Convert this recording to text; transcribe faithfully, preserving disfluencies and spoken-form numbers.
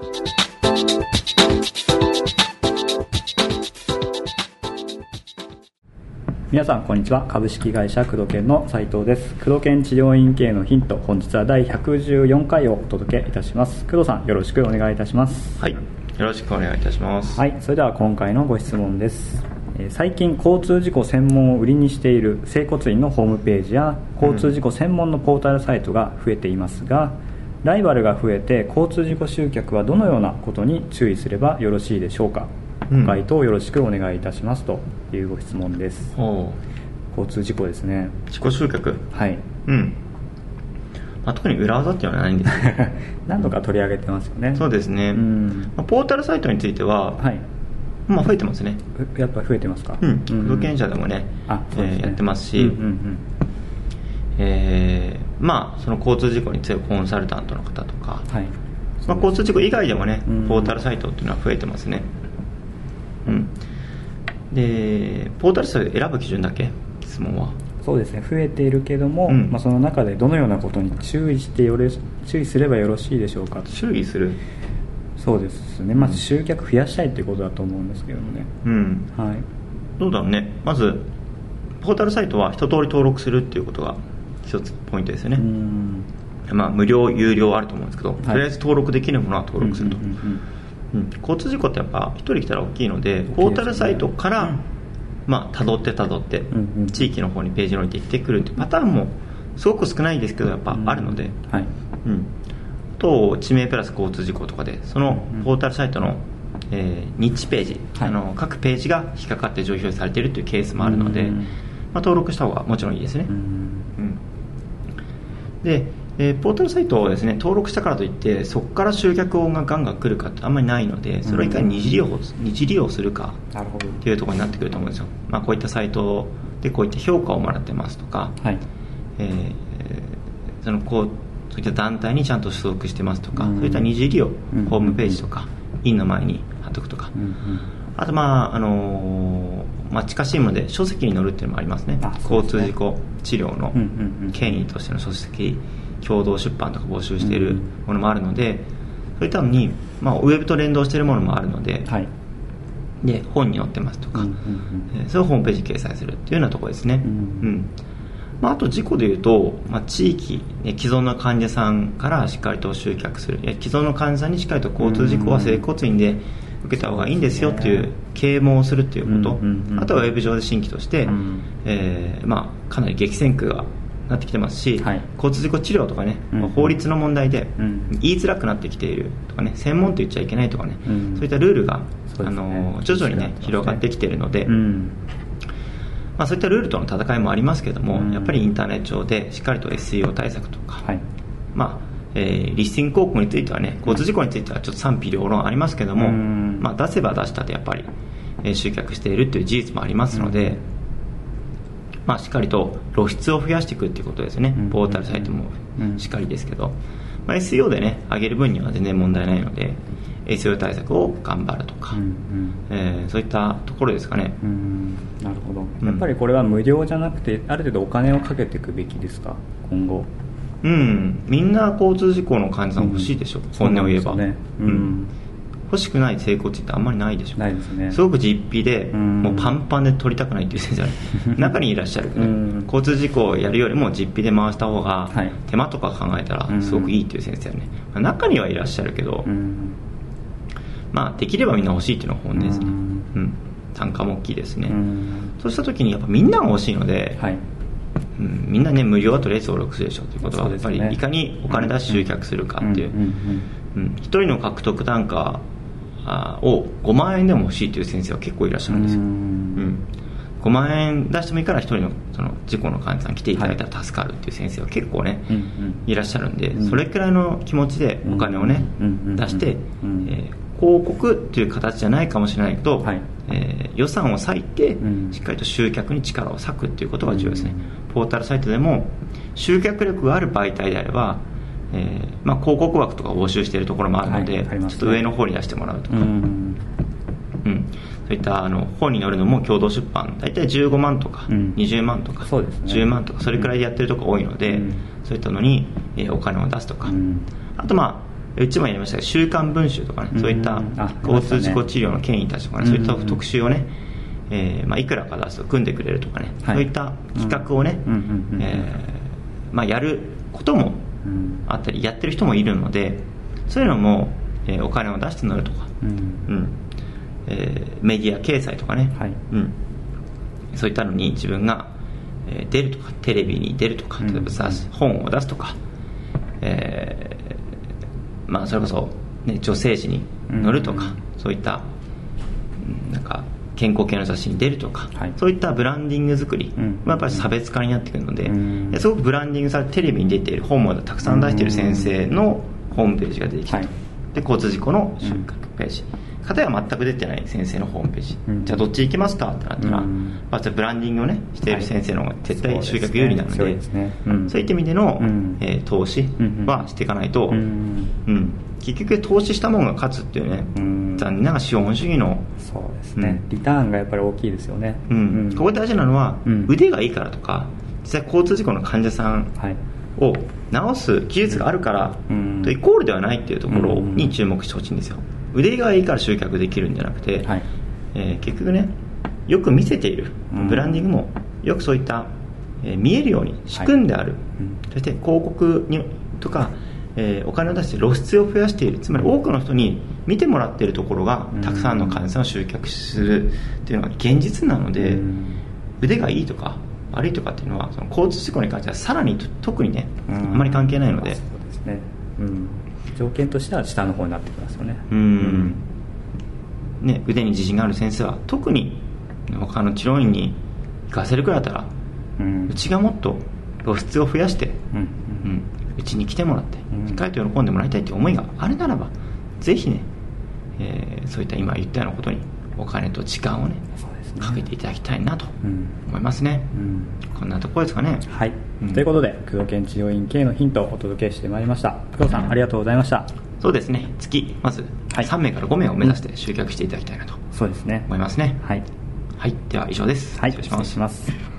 皆さんこんにちは。株式会社工藤研の斉藤です。工藤研治療院経営のヒント、本日はだいひゃくじゅうよんかいをお届けいたします。工藤さん、よろしくお願いいたします。 はい、よろしくお願いいたします。 はい、それでは今回のご質問です。最近交通事故専門を売りにしている整骨院のホームページや交通事故専門のポータルサイトが増えていますが、うん、ライバルが増えて交通事故集客はどのようなことに注意すればよろしいでしょうか。ご回答よろしくお願いいたしますというご質問です。交通事故ですね。 自己集客、 はい、 うん、まあ、特に裏技っていうのはないんですね何度か取り上げてますよね。 そうですね、うん、まあ、ポータルサイトについては、はい、まあ、増えてますね。 やっぱり増えてますか。 うん、工藤研社でもね、あ、そうですね、えー、やってますし、うんうんうん、えー、まあその交通事故に強いコンサルタントの方とか、はい、まあ、交通事故以外でもね、うん、ポータルサイトっていうのは増えてますね。うん、でポータルサイトで選ぶ基準だけ、質問は。 そうですね、増えているけども、うん、まあ、その中でどのようなことに注意してよれ注意すればよろしいでしょうか。 注意する。 そうですね、まず集客増やしたいということだと思うんですけどもね、 うん、はい、どうだろうね。まずポータルサイトは一通り登録するっていうことが一つポイントですよね。うん、まあ、無料有料あると思うんですけど、はい、とりあえず登録できるものは登録すると、うんうんうんうん、交通事故ってやっぱ一人来たら大きいので、ポータルサイトから、うん、まあ、辿って辿って、うんうん、地域の方にページに置いてきてくるっていうパターンもすごく少ないですけどやっぱあるので、うん、はい、うん、と地名プラス交通事故とかでそのポータルサイトの、えー、ニッチページ、はい、あの各ページが引っかかって上表されているというケースもあるので、うん、まあ、登録した方がもちろんいいですね。うん、うん、でえー、ポータルサイトをですね、登録したからといってそこから集客がガンガン来るかってあんまりないので、それをいかに二次利用、二次利用するかっていうところになってくると思うんですよ。まあ、こういったサイトでこういった評価をもらってますとか、はい、えー、そのこうそういった団体にちゃんと所属してますとか、うん、そういった二次利用、うん、ホームページとか、うん、院の前に貼っとくとか、うん、あと、まああのーまあ、近しいもので書籍に載るっていうのもありますね。交通事故治療の権威としての書籍、共同出版とか募集しているものもあるので、うん、そういったのに、まあ、ウェブと連動しているものもあるので、はい、で本に載ってますとか、うんうんうん、それをホームページ掲載するっていうようなところですね。うんうん、まあ、あと事故でいうと、まあ、地域、ね、既存の患者さんからしっかりと集客する、いや既存の患者さんにしっかりと交通事故は整骨院で受けた方がいいんですよっていう啓蒙をするっていうこと、うんうんうん、あとはウェブ上で新規として、うん、えーまあ、かなり激戦区がなってきてますし、はい、交通事故治療とかね、うんうん、法律の問題で言いづらくなってきているとかね、専門と言っちゃいけないとかね、うん、そういったルールが、ね、あの徐々にね広がってきているので、うん、まあ、そういったルールとの戦いもありますけども、うん、やっぱりインターネット上でしっかりと エスイーオー 対策とか、はい、まあえー、リスティング広告についてはね、交通事故についてはちょっと賛否両論ありますけども、うん、まあ、出せば出したでやっぱり、えー、集客しているという事実もありますので、うん、まあ、しっかりと露出を増やしていくっていうことですね。うん、ポータルサイトもしっかりですけど、まあ、エスイーオー でね上げる分には全然問題ないので エスイーオー 対策を頑張るとか、うんうん、えー、そういったところですかね。 うん、なるほど。やっぱりこれは無料じゃなくてある程度お金をかけていくべきですか、今後。 うん、みんな交通事故の患者さん欲しいでしょ、うん、本音を言えば、ね、うんうん、欲しくない整骨院ってあんまりないでしょ。 ないですね。 すごく実費で、うん、もうパンパンで取りたくないっていう先生は中にいらっしゃる、ね、うん、交通事故をやるよりも実費で回した方が手間とか考えたらすごくいいっていう先生はね、まあ、中にはいらっしゃるけど、うん、まあできればみんな欲しいっていうのが本音ですね。うん、うん、単価も大きいですね。うん、そうした時にやっぱみんなが欲しいので、はい、うん、みんなね無料はとりあえず登録するでしょということはやっぱりいかにお金出し集客するかっていう、ひとりの獲得単価をごまん円でも欲しいという先生は結構いらっしゃるんですよ。うん、ごまん円出してもいいからひとり の, その事故の患者さん来ていただいたら助かるっていう先生は結構ね、はい、いらっしゃるんで、それくらいの気持ちでお金をね出して、えー、広告っていう形じゃないかもしれないけど、はい、えー、予算を割いてしっかりと集客に力を割くっていうことが重要ですね。うん、ポータルサイトでも集客力がある媒体であれば、えーまあ、広告枠とかを募集しているところもあるので、はい、ね、ちょっと上の方に出してもらうとか、うん、うん、そういったあの本に載るのも共同出版大体じゅうごまんとか、うん、にじゅうまんとか、そうですね、じゅうまんとかそれくらいでやってるところ多いので、うん、そういったのに、えー、お金を出すとか、うん、あとまあうちもやりましたが週刊文春とかね、そういった交通事故治療の権威たちとかね、そういった特集をね、えーまあ、いくらか出すと組んでくれるとかね、はい、そういった企画をね、えーまあ、やることもあったり、やってる人もいるので、そういうのも、えー、お金を出して乗るとか、うんうんえー、メディア掲載とかね、はいうん、そういったのに自分が、えー、出るとか、テレビに出るとか、例えばさ、うん、本を出すとか、えーまあ、それこそ、ね、女性誌に載るとか、うん、そういったなんか健康系の雑誌に出るとか、はい、そういったブランディング作りはやっぱり差別化になってくるので、うん、すごくブランディングされてテレビに出ている本もたくさん出している先生のホームページが出てきたと、はい、で交通事故の集客ページ、うん、片や全く出てない先生のホームページ、うん、じゃあどっち行きますかってなったら、うんまあ、じゃあブランディングをねしている先生の方が絶対集客有利なので、はい そうですねそうですねうん、そういった意味での、うんえー、投資はしていかないと、うんうん、結局投資したものが勝つっていうね、うん、残念ながら資本主義のそうですね、うん、リターンがやっぱり大きいですよね、 うんうん、ここで大事なのは、うん、腕がいいからとか実際交通事故の患者さんを治す技術があるからとイコールではないっていうところに注目してほしいんですよ。腕がいいから集客できるんじゃなくて、はいえー、結局ねよく見せているブランディングもよくそういった、えー、見えるように仕組んである、はいうん、そして広告にとか、えー、お金を出して露出を増やしている、つまり多くの人に見てもらっているところがたくさんの患者さんを集客するっていうのが現実なので、うん、腕がいいとか悪いとかっていうのはその交通事故に関してはさらに特にね、うん、あんまり関係ないので、そうですね、 うん条件としては下の方になってきますよね。 うん、うんね、腕に自信がある先生は特に他の治療院に行かせるくらいだったら、うん、うちがもっと露出を増やして、うんうん、うちに来てもらってしっかりと喜んでもらいたいという思いがあるならばぜひね、えー、そういった今言ったようなことにお金と時間をねかけていただきたいなと思いますね、うん、こんなところですかね。 はい、うん、ということで工藤研治療院系のヒントをお届けしてまいりました。工藤さん、うん、ありがとうございました。 そうですね、月まずさんめいからごめいを目指して集客していただきたいなと思いますね。 はい、 はい、では以上です。 はい、失礼します。